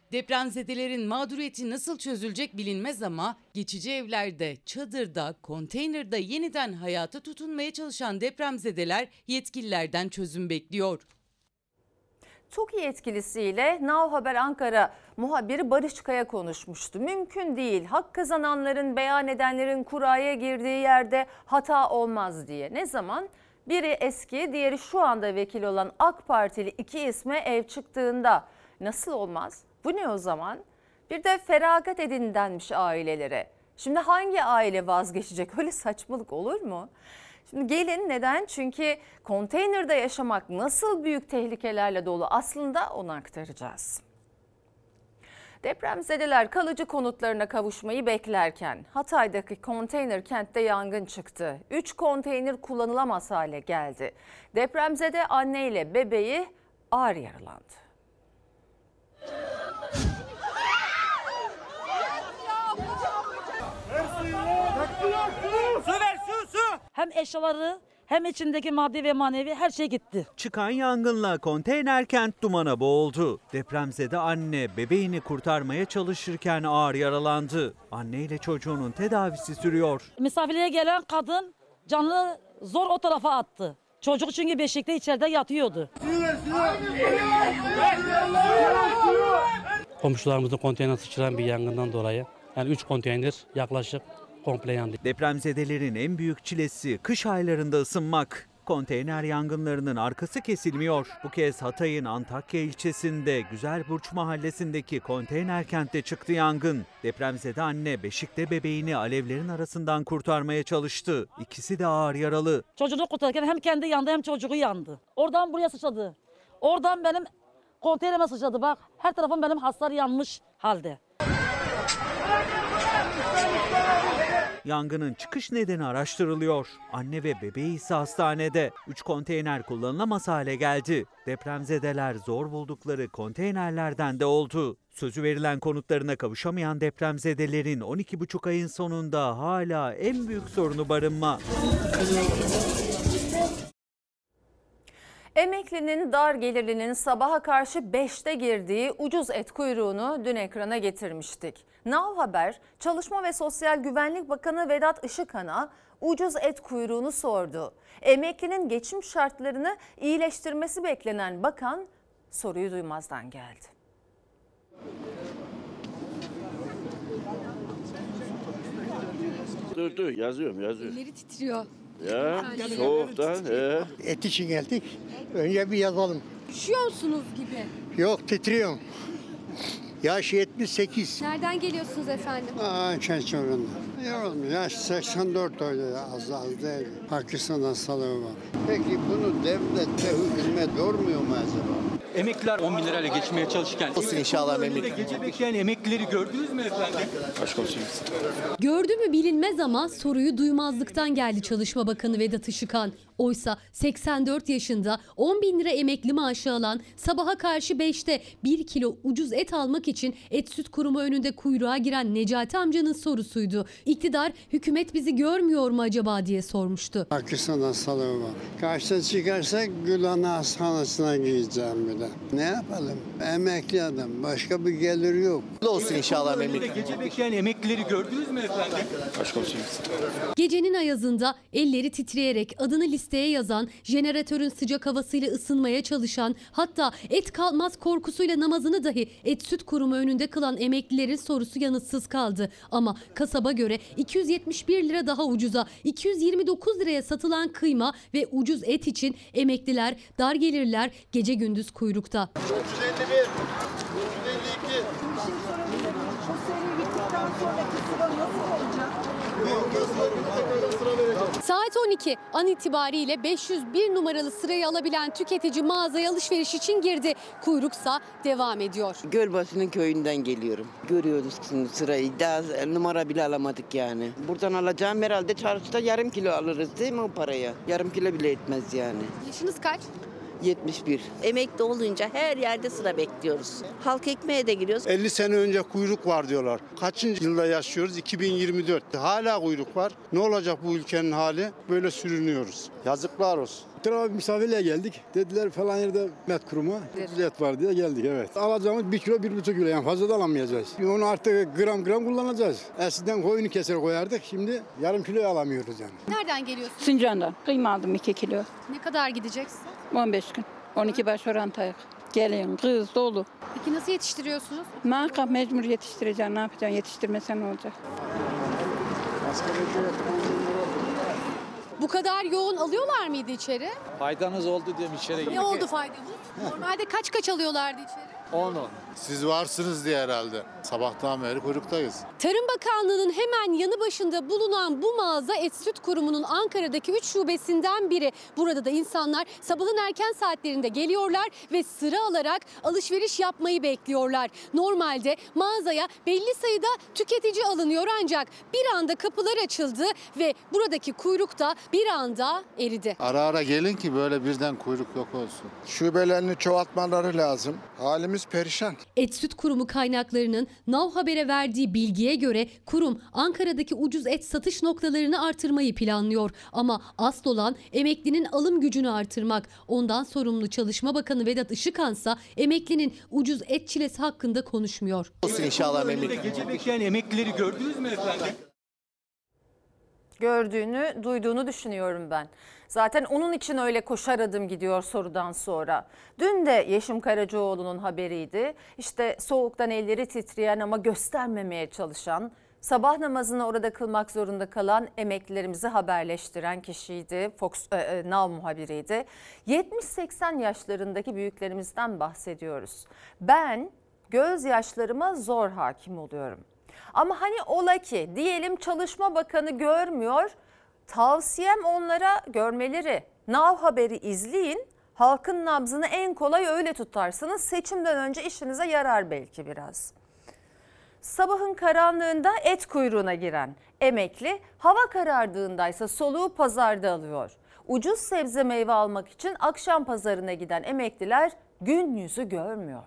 Depremzedelerin mağduriyeti nasıl çözülecek bilinmez ama geçici evlerde, çadırda, konteynerde yeniden hayata tutunmaya çalışan depremzedeler yetkililerden çözüm bekliyor. TOKİ yetkilisiyle Now Haber Ankara muhabiri Barış Kaya konuşmuştu. Mümkün değil, hak kazananların, beyan edenlerin kuraya girdiği yerde hata olmaz diye. Ne zaman? Biri eski, diğeri şu anda vekil olan AK Partili iki isme ev çıktığında nasıl olmaz? Bu ne o zaman? Bir de feragat edin denmiş ailelere. Şimdi hangi aile vazgeçecek? Öyle saçmalık olur mu? Şimdi gelin neden? Çünkü konteynerde yaşamak nasıl büyük tehlikelerle dolu, aslında onu aktaracağız. Depremzedeler kalıcı konutlarına kavuşmayı beklerken Hatay'daki konteyner kentte yangın çıktı. Üç konteyner kullanılamaz hale geldi. Depremzede anneyle bebeği ağır yaralandı. Su ver su su. Hem eşyaları hem içindeki maddi ve manevi her şey gitti. Çıkan yangınla konteyner kent dumana boğuldu. Depremzede anne bebeğini kurtarmaya çalışırken ağır yaralandı. Anne ile çocuğunun tedavisi sürüyor. Misafirliğe gelen kadın canını zor o tarafa attı. Çocuk çünkü beşikte içeride yatıyordu. Komşularımızın konteyner sıçrayan bir yangından dolayı yani üç konteyner yaklaşık komple yandı. Depremzedelerin en büyük çilesi kış aylarında ısınmak. Konteyner yangınlarının arkası kesilmiyor. Bu kez Hatay'ın Antakya ilçesinde Güzelburç mahallesindeki konteyner kentte çıktı yangın. Depremzede anne beşikte bebeğini alevlerin arasından kurtarmaya çalıştı. İkisi de ağır yaralı. Çocuğunu kurtarırken hem kendi yandı hem çocuğu yandı. Oradan buraya sıçradı. Oradan benim konteynerime sıçradı. Bak her tarafım benim hasar yanmış halde. Yangının çıkış nedeni araştırılıyor. Anne ve bebeği ise hastanede. Üç konteyner kullanılamaz hale geldi. Depremzedeler zor buldukları konteynerlerden de oldu. Sözü verilen konutlarına kavuşamayan depremzedelerin on iki buçuk ayın sonunda hala en büyük sorunu barınma. Emeklinin, dar gelirlinin sabaha karşı beşte girdiği ucuz et kuyruğunu dün ekrana getirmiştik. Now Haber, Çalışma ve Sosyal Güvenlik Bakanı Vedat Işıkhan'a ucuz et kuyruğunu sordu. Emeklinin geçim şartlarını iyileştirmesi beklenen bakan soruyu duymazdan geldi. Dur dur yazıyorum yazıyorum. Elleri titriyor. Ya soğukta. He. Et için geldik. Önce bir yazalım. Üşüyorsunuz gibi. Yok titriyorum. Yaş yetmiş sekiz. Nereden geliyorsunuz efendim? Aa, Çerçoğlu'nda. Yorulmuş. Yaş seksen dört öyle az az değil. Pakistan hastalığı var. Peki bunu devlette hükümet görmüyor mu acaba? Emekliler on bin lirayla geçmeye çalışırken Olsun inşallah emekli. Gece bekleyen emeklileri gördünüz mü efendim? Aşk olsun. Gördü mü bilinmez ama soruyu duymazlıktan geldi Çalışma Bakanı Vedat Işıkhan. Oysa seksen dört yaşında on bin lira emekli maaşı alan sabaha karşı beşte bir kilo ucuz et almak için Et Süt Kurumu önünde kuyruğa giren Necati amcanın sorusuydu. İktidar hükümet bizi görmüyor mu acaba diye sormuştu. Pakistan hastalığı var. Karşıda çıkarsak Gülhane Hastanesi'ne gideceğim bir de. Ne yapalım? Emekli adam. Başka bir gelir yok. Olsun inşallah emekli. Gece bekleyen emeklileri gördünüz mü efendim? Aşk olsun. Gecenin ayazında elleri titreyerek adını listeye yazan, jeneratörün sıcak havasıyla ısınmaya çalışan, hatta et kalmaz korkusuyla namazını dahi Et Süt Kurumu önünde kılan emeklilerin sorusu yanıtsız kaldı. Ama kasaba göre iki yüz yetmiş bir lira daha ucuza iki yüz yirmi dokuz liraya satılan kıyma ve ucuz et için emekliler, dar gelirler gece gündüz kuyrukta. üç yüz elli bir, üç yüz elli iki. Saat on iki an itibariyle beş yüz bir numaralı sırayı alabilen tüketici mağazaya alışveriş için girdi. Kuyruksa devam ediyor. Gölbaşı'nın köyünden geliyorum. Görüyoruz şimdi sırayı. Daha numara bile alamadık yani. Buradan alacağım herhalde çarşıda yarım kilo alırız değil mi o paraya? Yarım kilo bile etmez yani. Yaşınız kaç? yetmiş bir. Emekli olunca her yerde sıra bekliyoruz. Halk ekmeğe de giriyoruz. elli sene önce kuyruk var diyorlar. Kaçıncı yılda yaşıyoruz? iki bin yirmi dört. Hala kuyruk var. Ne olacak bu ülkenin hali? Böyle sürünüyoruz. Yazıklar olsun. Doktora misafirliğe geldik. Dediler falan yerde met kurumu. Ucuz et var diye geldik evet. Alacağımız bir kilo, bir buçuk kilo yani fazla da alamayacağız. Onu artık gram gram kullanacağız. Eskiden koyunu keser koyardık. Şimdi yarım kilo alamıyoruz yani. Nereden geliyorsun? Sincan'dan. Kıyma aldım iki kilo. Ne kadar gideceksin? on beş gün. on iki baş orantayak. Gelin kız dolu. Peki nasıl yetiştiriyorsunuz? Muhakkak mecbur yetiştireceksin. Ne yapacaksın? Yetiştirmesen ne olacak? Bu kadar yoğun alıyorlar mıydı içeri? Faydanız oldu diyorum içeri. Ne oldu faydamız? Normalde kaç kaç alıyorlardı içeri? on on. Siz varsınız diye herhalde. Sabahtan beri kuyruktayız. Tarım Bakanlığı'nın hemen yanı başında bulunan bu mağaza Et Süt Kurumu'nun Ankara'daki üç şubesinden biri. Burada da insanlar sabahın erken saatlerinde geliyorlar ve sıra alarak alışveriş yapmayı bekliyorlar. Normalde mağazaya belli sayıda tüketici alınıyor ancak bir anda kapılar açıldı ve buradaki kuyruk da bir anda eridi. Ara ara gelin ki böyle birden kuyruk yok olsun. Şubelerini çoğaltmaları lazım. Halimiz perişan. Et Süt Kurumu kaynaklarının Now Haber'e verdiği bilgiye göre kurum Ankara'daki ucuz et satış noktalarını artırmayı planlıyor. Ama asıl olan emeklinin alım gücünü artırmak. Ondan sorumlu Çalışma Bakanı Vedat Işıkhan'sa emeklinin ucuz et çilesi hakkında konuşmuyor. Olsun inşallah memleket. Gece bekleyen emeklileri gördünüz mü efendim? Gördüğünü, duyduğunu düşünüyorum ben. Zaten onun için öyle koşar adım gidiyor sorudan sonra. Dün de Yeşim Karacaoğlu'nun haberiydi. İşte soğuktan elleri titreyen ama göstermemeye çalışan, sabah namazını orada kılmak zorunda kalan emeklilerimizi haberleştiren kişiydi. Fox e, e, Now muhabiriydi. yetmiş seksen yaşlarındaki büyüklerimizden bahsediyoruz. Ben gözyaşlarıma zor hakim oluyorum. Ama hani ola ki diyelim Çalışma Bakanı görmüyor, tavsiyem onlara görmeleri. Now Haber'i izleyin, halkın nabzını en kolay öyle tutarsınız. Seçimden önce işinize yarar belki biraz. Sabahın karanlığında et kuyruğuna giren emekli, hava karardığındaysa soluğu pazarda alıyor. Ucuz sebze meyve almak için akşam pazarına giden emekliler gün yüzü görmüyor.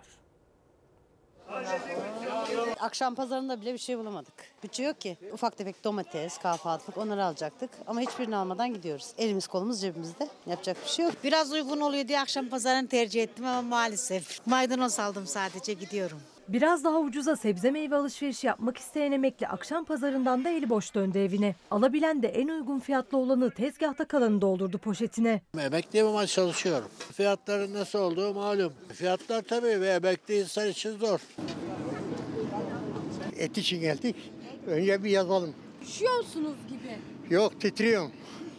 Akşam pazarında bile bir şey bulamadık. Bütçe yok ki. Ufak tefek domates, kahvaltılık onları alacaktık. Ama hiçbirini almadan gidiyoruz. Elimiz kolumuz cebimizde. Yapacak bir şey yok. Biraz uygun oluyor diye akşam pazarını tercih ettim ama maalesef. Maydanoz aldım sadece gidiyorum. Biraz daha ucuza sebze meyve alışverişi yapmak isteyen emekli akşam pazarından da eli boş döndü evine. Alabilen de en uygun fiyatlı olanı, tezgahta kalanı doldurdu poşetine. Emekliyim ama çalışıyorum. Fiyatların nasıl olduğu malum. Fiyatlar tabii ve emekli insan için zor. Et için geldik. Önce bir yazalım. Üşüyor musunuz gibi? Yok, titriyorum.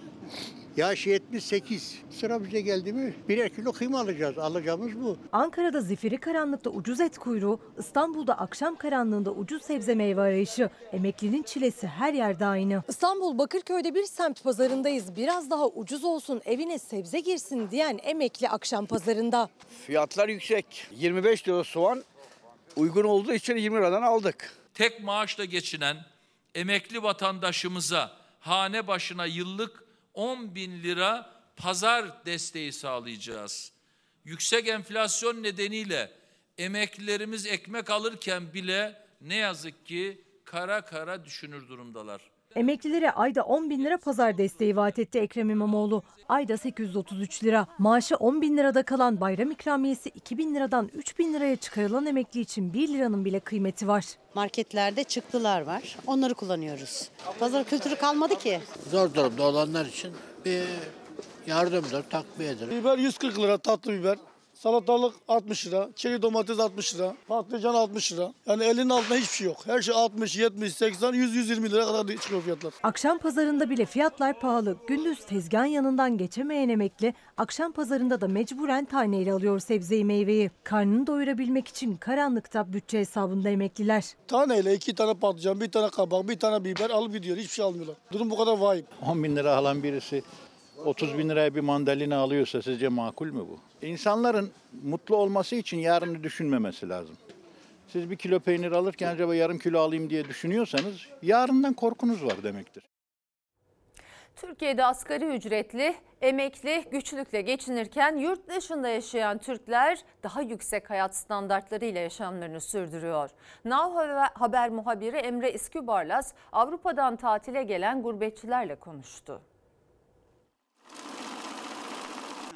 Yaş yetmiş sekiz. Sıra bize geldi mi birer kilo kıyma alacağız. Alacağımız bu. Ankara'da zifiri karanlıkta ucuz et kuyruğu, İstanbul'da akşam karanlığında ucuz sebze meyve arayışı. Emeklinin çilesi her yerde aynı. İstanbul Bakırköy'de bir semt pazarındayız. Biraz daha ucuz olsun, evine sebze girsin diyen emekli akşam pazarında. Fiyatlar yüksek. yirmi beş lira soğan uygun olduğu için yirmi liradan aldık. Tek maaşla geçinen emekli vatandaşımıza hane başına yıllık on bin lira pazar desteği sağlayacağız. Yüksek enflasyon nedeniyle emeklilerimiz ekmek alırken bile ne yazık ki kara kara düşünür durumdalar. Emeklilere ayda on bin lira pazar desteği vaat etti Ekrem İmamoğlu. Ayda sekiz yüz otuz üç lira. Maaşı on bin lirada kalan bayram ikramiyesi iki bin liradan üç bin liraya çıkarılan emekli için bir liranın bile kıymeti var. Marketlerde çıktılar var. Onları kullanıyoruz. Pazar kültürü kalmadı ki. Zor durumda olanlar için bir yardımdır, takviyedir. Biber yüz kırk lira tatlı biber. Salatalık altmış lira, çeri domates altmış lira, patlıcan altmış lira. Yani elinin altında hiçbir şey yok. Her şey altmış, yetmiş, seksen, yüz, yüz yirmi lira kadar çıkıyor fiyatlar. Akşam pazarında bile fiyatlar pahalı. Gündüz tezgahın yanından geçemeyen emekli, akşam pazarında da mecburen taneyle alıyor sebzeyi meyveyi. Karnını doyurabilmek için karanlıkta bütçe hesabında emekliler. Taneyle iki tane patlıcan, bir tane kabak, bir tane biber alıp gidiyor. Hiçbir şey almıyorlar. Durum bu kadar vahim. on bin lira alan birisi otuz bin liraya bir mandalina alıyorsa sizce makul mü bu? İnsanların mutlu olması için yarını düşünmemesi lazım. Siz bir kilo peynir alırken acaba yarım kilo alayım diye düşünüyorsanız yarından korkunuz var demektir. Türkiye'de asgari ücretli, emekli güçlükle geçinirken yurt dışında yaşayan Türkler daha yüksek hayat standartlarıyla yaşamlarını sürdürüyor. Now Haber muhabiri Emre İskübarlas Avrupa'dan tatile gelen gurbetçilerle konuştu.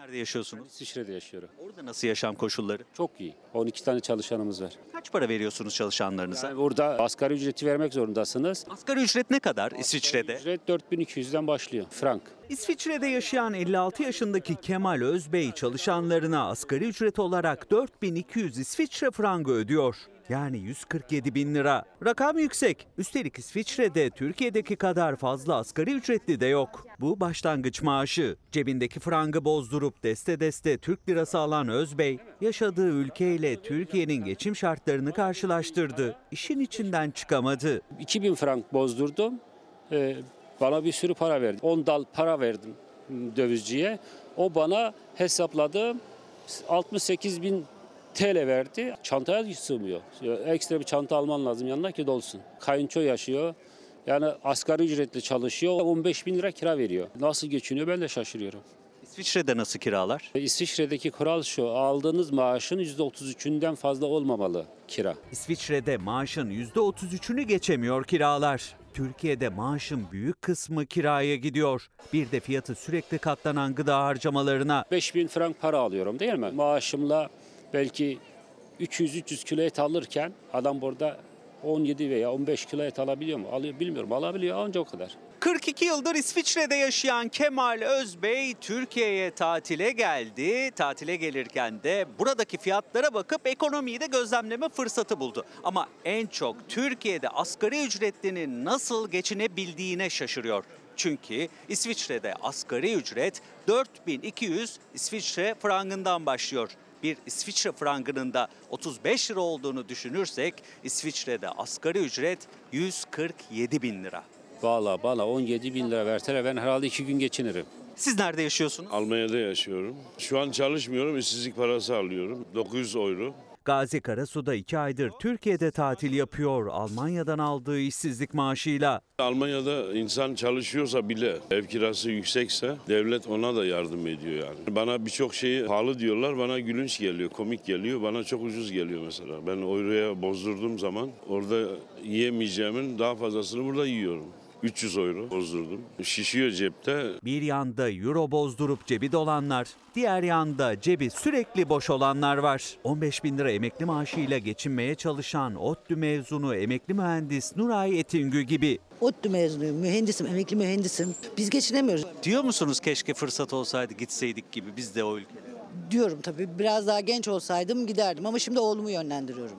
nerede yaşıyorsunuz? İsviçre'de yaşıyorum. Orada nasıl yaşam koşulları? Çok iyi. on iki tane çalışanımız var. Kaç para veriyorsunuz çalışanlarınıza? Yani burada asgari ücreti vermek zorundasınız. Asgari ücret ne kadar İsviçre'de? Ücret dört bin iki yüzden başlıyor. Frank. İsviçre'de yaşayan elli altı yaşındaki Kemal Özbey çalışanlarına asgari ücret olarak dört bin iki yüz İsviçre frangı ödüyor. Yani yüz kırk yedi bin lira. Rakam yüksek. Üstelik İsviçre'de Türkiye'deki kadar fazla asgari ücretli de yok. Bu başlangıç maaşı. Cebindeki frangı bozdurup deste deste Türk lirası alan Özbey, yaşadığı ülkeyle Türkiye'nin geçim şartlarını karşılaştırdı. İşin içinden çıkamadı. iki bin frank bozdurdum. Ee, bana bir sürü para verdi. on dal para verdim dövizciye. O bana hesapladı. altmış sekiz bin T L verdi. Çantaya sığmıyor. Ekstra bir çanta alman lazım yanına ki dolsun. Kayınço yaşıyor. Yani asgari ücretli çalışıyor. on beş bin lira kira veriyor. Nasıl geçiniyor ben de şaşırıyorum. İsviçre'de nasıl kiralar? İsviçre'deki kural şu. Aldığınız maaşın yüzde otuz üçünden fazla olmamalı kira. İsviçre'de maaşın yüzde otuz üçünü geçemiyor kiralar. Türkiye'de maaşın büyük kısmı kiraya gidiyor. Bir de fiyatı sürekli katlanan gıda harcamalarına. beş bin frank para alıyorum değil mi? Maaşımla belki üç yüz üç yüz kilo et alırken adam burada on yedi veya on beş kilo et alabiliyor mu? Alıyor bilmiyorum. Alabiliyor anca o kadar. kırk iki yıldır İsviçre'de yaşayan Kemal Özbey Türkiye'ye tatile geldi. Tatile gelirken de buradaki fiyatlara bakıp ekonomiyi de gözlemleme fırsatı buldu. Ama en çok Türkiye'de asgari ücretlinin nasıl geçinebildiğine şaşırıyor. Çünkü İsviçre'de asgari ücret dört bin iki yüz İsviçre frangından başlıyor. Bir İsviçre frangının da otuz beş lira olduğunu düşünürsek İsviçre'de asgari ücret yüz kırk yedi bin lira. Valla bana on yedi bin lira verseler ben herhalde iki gün geçinirim. Siz nerede yaşıyorsunuz? Almanya'da yaşıyorum. Şu an çalışmıyorum, işsizlik parası alıyorum. dokuz yüz euro. Gazi Karasu'da iki aydır Türkiye'de tatil yapıyor Almanya'dan aldığı işsizlik maaşıyla. Almanya'da insan çalışıyorsa bile ev kirası yüksekse devlet ona da yardım ediyor yani. Bana birçok şeyi pahalı diyorlar, bana gülünç geliyor, komik geliyor. Bana çok ucuz geliyor mesela. Ben euroya bozdurduğum zaman orada yiyemeyeceğimin daha fazlasını burada yiyorum. üç yüz euro bozdurdum. Şişiyor cepte. Bir yanda euro bozdurup cebi dolanlar, diğer yanda cebi sürekli boş olanlar var. on beş bin lira emekli maaşıyla geçinmeye çalışan ODTÜ mezunu emekli mühendis Nuray Etingü gibi. ODTÜ mezunuyum, mühendisim, emekli mühendisim. Biz geçinemiyoruz. Diyor musunuz keşke fırsat olsaydı gitseydik gibi biz de o ülkede? Diyorum tabii, biraz daha genç olsaydım giderdim ama şimdi oğlumu yönlendiriyorum.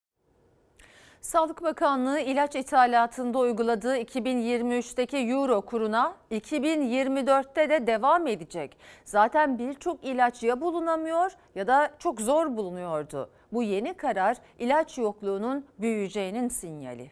Sağlık Bakanlığı ilaç ithalatında uyguladığı iki bin yirmi üçteki euro kuruna iki bin yirmi dörtte de devam edecek. Zaten birçok ilaç ya bulunamıyor ya da çok zor bulunuyordu. Bu yeni karar ilaç yokluğunun büyüyeceğinin sinyali.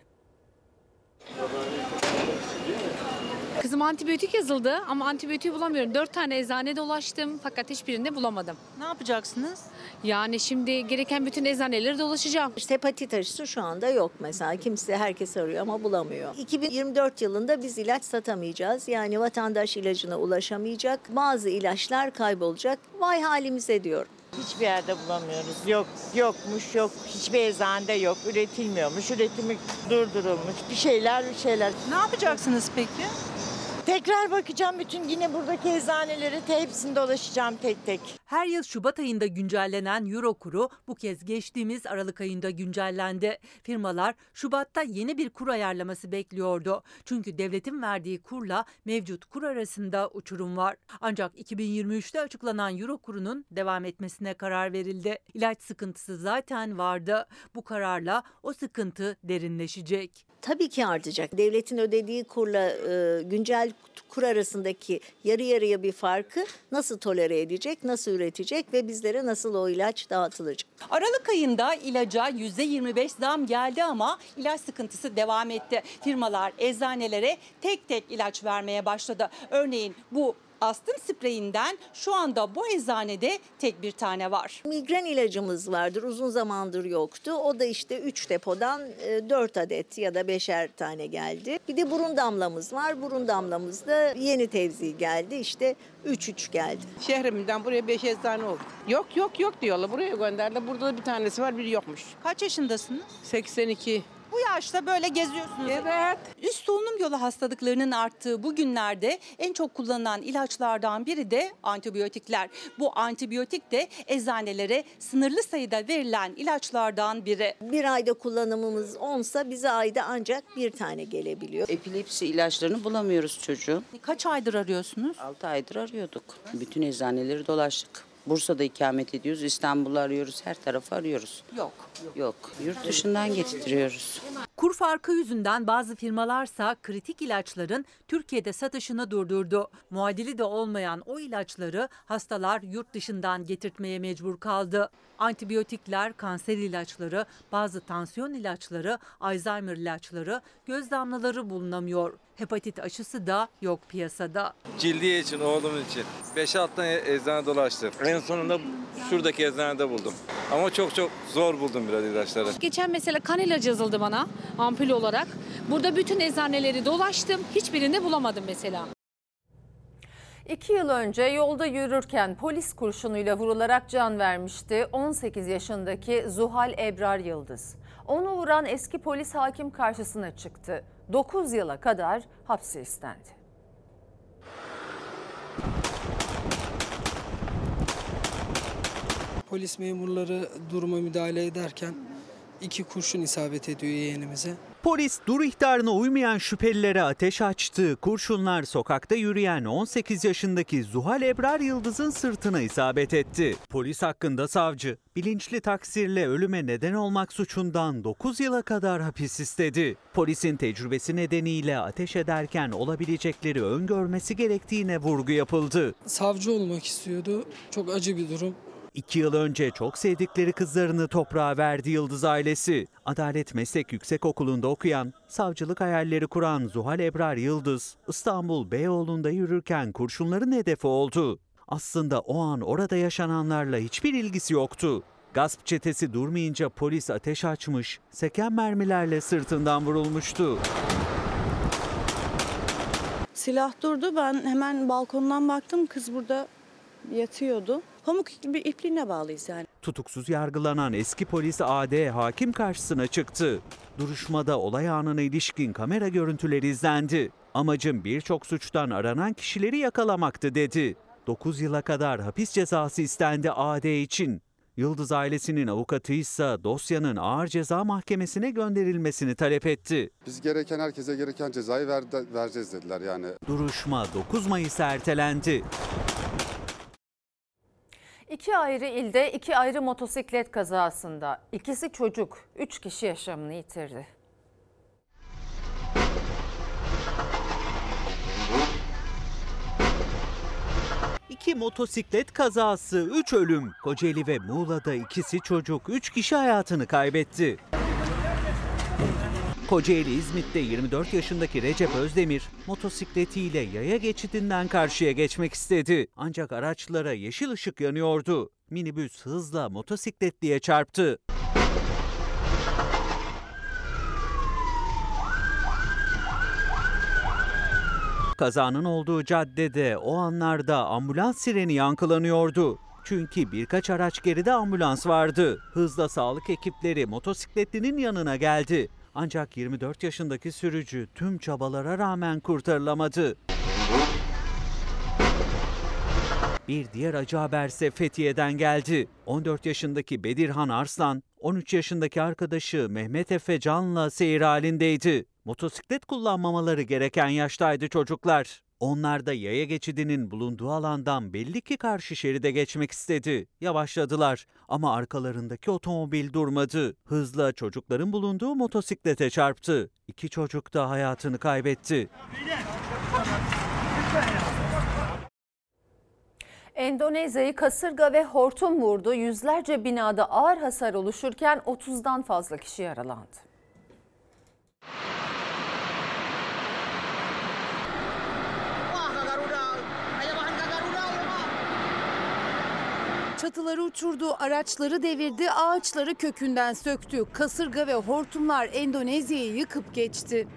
Kızım antibiyotik yazıldı ama antibiyotiği bulamıyorum. Dört tane eczane dolaştım fakat hiçbirinde bulamadım. Ne yapacaksınız? Yani şimdi gereken bütün eczaneleri dolaşacağım. İşte hepatit aşısı şu anda yok mesela. Kimse herkes arıyor ama bulamıyor. iki bin yirmi dört yılında biz ilaç satamayacağız. Yani vatandaş ilacına ulaşamayacak. Bazı ilaçlar kaybolacak. Vay halimize diyorum. Hiçbir yerde bulamıyoruz. Yok, yokmuş, yok. Hiçbir eczanede yok. Üretilmiyormuş. Üretimi durdurulmuş. Bir şeyler, bir şeyler. Ne yapacaksınız peki? Tekrar bakacağım bütün yine buradaki eczaneleri hepsini dolaşacağım tek tek. Her yıl Şubat ayında güncellenen euro kuru bu kez geçtiğimiz Aralık ayında güncellendi. Firmalar Şubat'ta yeni bir kur ayarlaması bekliyordu. Çünkü devletin verdiği kurla mevcut kur arasında uçurum var. Ancak iki bin yirmi üçte açıklanan euro kurunun devam etmesine karar verildi. İlaç sıkıntısı zaten vardı. Bu kararla o sıkıntı derinleşecek. Tabii ki artacak. Devletin ödediği kurla e, güncel kur arasındaki yarı yarıya bir farkı nasıl tolere edecek, nasıl üretecek ve bizlere nasıl o ilaç dağıtılacak? Aralık ayında ilaca yüzde yirmi beş zam geldi ama ilaç sıkıntısı devam etti. Firmalar eczanelere tek tek ilaç vermeye başladı. Örneğin bu astım spreyinden şu anda bu eczanede tek bir tane var. Migren ilacımız vardır. Uzun zamandır yoktu. O da işte üç depodan dört adet ya da beşer tane geldi. Bir de burun damlamız var. Burun damlamızda yeni tevzi geldi. İşte üç üç geldi. Şehrimden buraya beş eczane oldu. Yok yok yok diyorlar. Buraya gönderdiler. Burada da bir tanesi var, biri yokmuş. Kaç yaşındasınız? seksen iki. Bu yaşta böyle geziyorsunuz. Evet. Üst solunum yolu hastalıklarının arttığı bu günlerde en çok kullanılan ilaçlardan biri de antibiyotikler. Bu antibiyotik de eczanelere sınırlı sayıda verilen ilaçlardan biri. Bir ayda kullanımımız onsa bize ayda ancak bir tane gelebiliyor. Epilepsi ilaçlarını bulamıyoruz çocuğun. Kaç aydır arıyorsunuz? altı aydır arıyorduk. Bütün eczaneleri dolaştık. Bursa'da ikamet ediyoruz, İstanbul'u arıyoruz, her tarafı arıyoruz. Yok. Yok, yurt dışından getiriyoruz. Kur farkı yüzünden bazı firmalarsa kritik ilaçların Türkiye'de satışını durdurdu. Muadili de olmayan o ilaçları hastalar yurt dışından getirtmeye mecbur kaldı. Antibiyotikler, kanser ilaçları, bazı tansiyon ilaçları, Alzheimer ilaçları, göz damlaları bulunamıyor. Hepatit aşısı da yok piyasada. Cildiye için, oğlum için. beş altı tane eczane dolaştım. En sonunda şuradaki eczanede buldum. Ama çok çok zor buldum biraz ilaçları. Geçen mesela kan ilacı yazıldı bana ampul olarak. Burada bütün eczaneleri dolaştım. Hiçbirini bulamadım mesela. İki yıl önce yolda yürürken polis kurşunuyla vurularak can vermişti on sekiz yaşındaki Zuhal Ebrar Yıldız. Onu vuran eski polis hakim karşısına çıktı. dokuz yıla kadar hapse istendi. Polis memurları duruma müdahale ederken iki kurşun isabet ediyor yeğenimize. Polis dur ihtarına uymayan şüphelilere ateş açtı. Kurşunlar sokakta yürüyen on sekiz yaşındaki Zuhal Ebrar Yıldız'ın sırtına isabet etti. Polis hakkında savcı bilinçli taksirle ölüme neden olmak suçundan dokuz yıla kadar hapis istedi. Polisin tecrübesi nedeniyle ateş ederken olabilecekleri öngörmesi gerektiğine vurgu yapıldı. Savcı olmak istiyordu. Çok acı bir durum. İki yıl önce çok sevdikleri kızlarını toprağa verdi Yıldız ailesi. Adalet Meslek Yüksekokulu'nda okuyan, savcılık hayalleri kuran Zuhal Ebrar Yıldız, İstanbul Beyoğlu'nda yürürken kurşunların hedefi oldu. Aslında o an orada yaşananlarla hiçbir ilgisi yoktu. Gasp çetesi durmayınca polis ateş açmış, seken mermilerle sırtından vurulmuştu. Silah durdu. Ben hemen balkondan baktım. Kız burada yatıyordu. Pamuk bir ipliğine bağlıyız yani. Tutuksuz yargılanan eski polis A D hakim karşısına çıktı. Duruşmada olay anına ilişkin kamera görüntüleri izlendi. Amacım birçok suçtan aranan kişileri yakalamaktı dedi. dokuz yıla kadar hapis cezası istendi A D için. Yıldız ailesinin avukatı ise dosyanın ağır ceza mahkemesine gönderilmesini talep etti. Biz gereken herkese gereken cezayı ver, vereceğiz dediler yani. Duruşma dokuz Mayıs'a ertelendi. İki ayrı ilde iki ayrı motosiklet kazasında ikisi çocuk, üç kişi yaşamını yitirdi. İki motosiklet kazası, üç ölüm. Kocaeli ve Muğla'da ikisi çocuk, üç kişi hayatını kaybetti. Kocaeli İzmit'te yirmi dört yaşındaki Recep Özdemir motosikletiyle yaya geçidinden karşıya geçmek istedi. Ancak araçlara yeşil ışık yanıyordu. Minibüs hızla motosikletliye çarptı. Kazanın olduğu caddede o anlarda ambulans sireni yankılanıyordu. Çünkü birkaç araç geride ambulans vardı. Hızla sağlık ekipleri motosikletlinin yanına geldi. Ancak yirmi dört yaşındaki sürücü tüm çabalara rağmen kurtarılamadı. Bir diğer acı haberse Fethiye'den geldi. on dört yaşındaki Bedirhan Arslan, on üç yaşındaki arkadaşı Mehmet Efe Can'la seyir halindeydi. Motosiklet kullanmamaları gereken yaştaydı çocuklar. Onlar da yaya geçidinin bulunduğu alandan belli ki karşı şeride geçmek istedi. Yavaşladılar ama arkalarındaki otomobil durmadı. Hızla çocukların bulunduğu motosiklete çarptı. İki çocuk da hayatını kaybetti. Endonezya'yı kasırga ve hortum vurdu. Yüzlerce binada ağır hasar oluşurken otuzdan fazla kişi yaralandı. Çatıları uçurdu, araçları devirdi, ağaçları kökünden söktü. Kasırga ve hortumlar Endonezya'yı yıkıp geçti.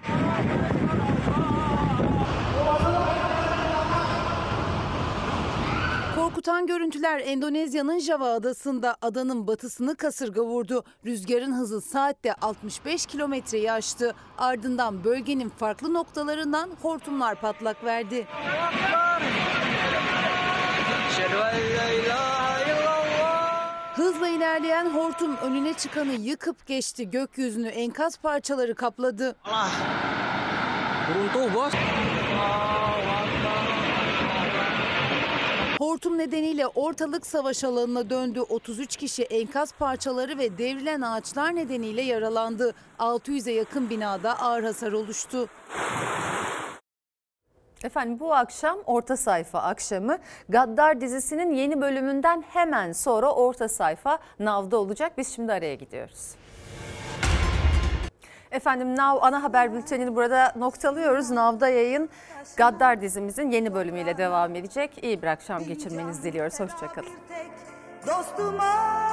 Korkutan görüntüler Endonezya'nın Java adasında. Adanın batısını kasırga vurdu. Rüzgarın hızı saatte altmış beş kilometreyi aştı. Ardından bölgenin farklı noktalarından hortumlar patlak verdi. Hızla ilerleyen hortum önüne çıkanı yıkıp geçti. Gökyüzünü enkaz parçaları kapladı. Hortum nedeniyle ortalık savaş alanına döndü. otuz üç kişi enkaz parçaları ve devrilen ağaçlar nedeniyle yaralandı. altı yüze yakın binada ağır hasar oluştu. Efendim bu akşam Orta Sayfa akşamı. Gaddar dizisinin yeni bölümünden hemen sonra Orta Sayfa Now'da olacak. Biz şimdi araya gidiyoruz. Efendim Now ana haber bültenini burada noktalıyoruz. Now'da yayın Gaddar dizimizin yeni bölümüyle devam edecek. İyi bir akşam geçirmenizi diliyoruz. Hoşçakalın.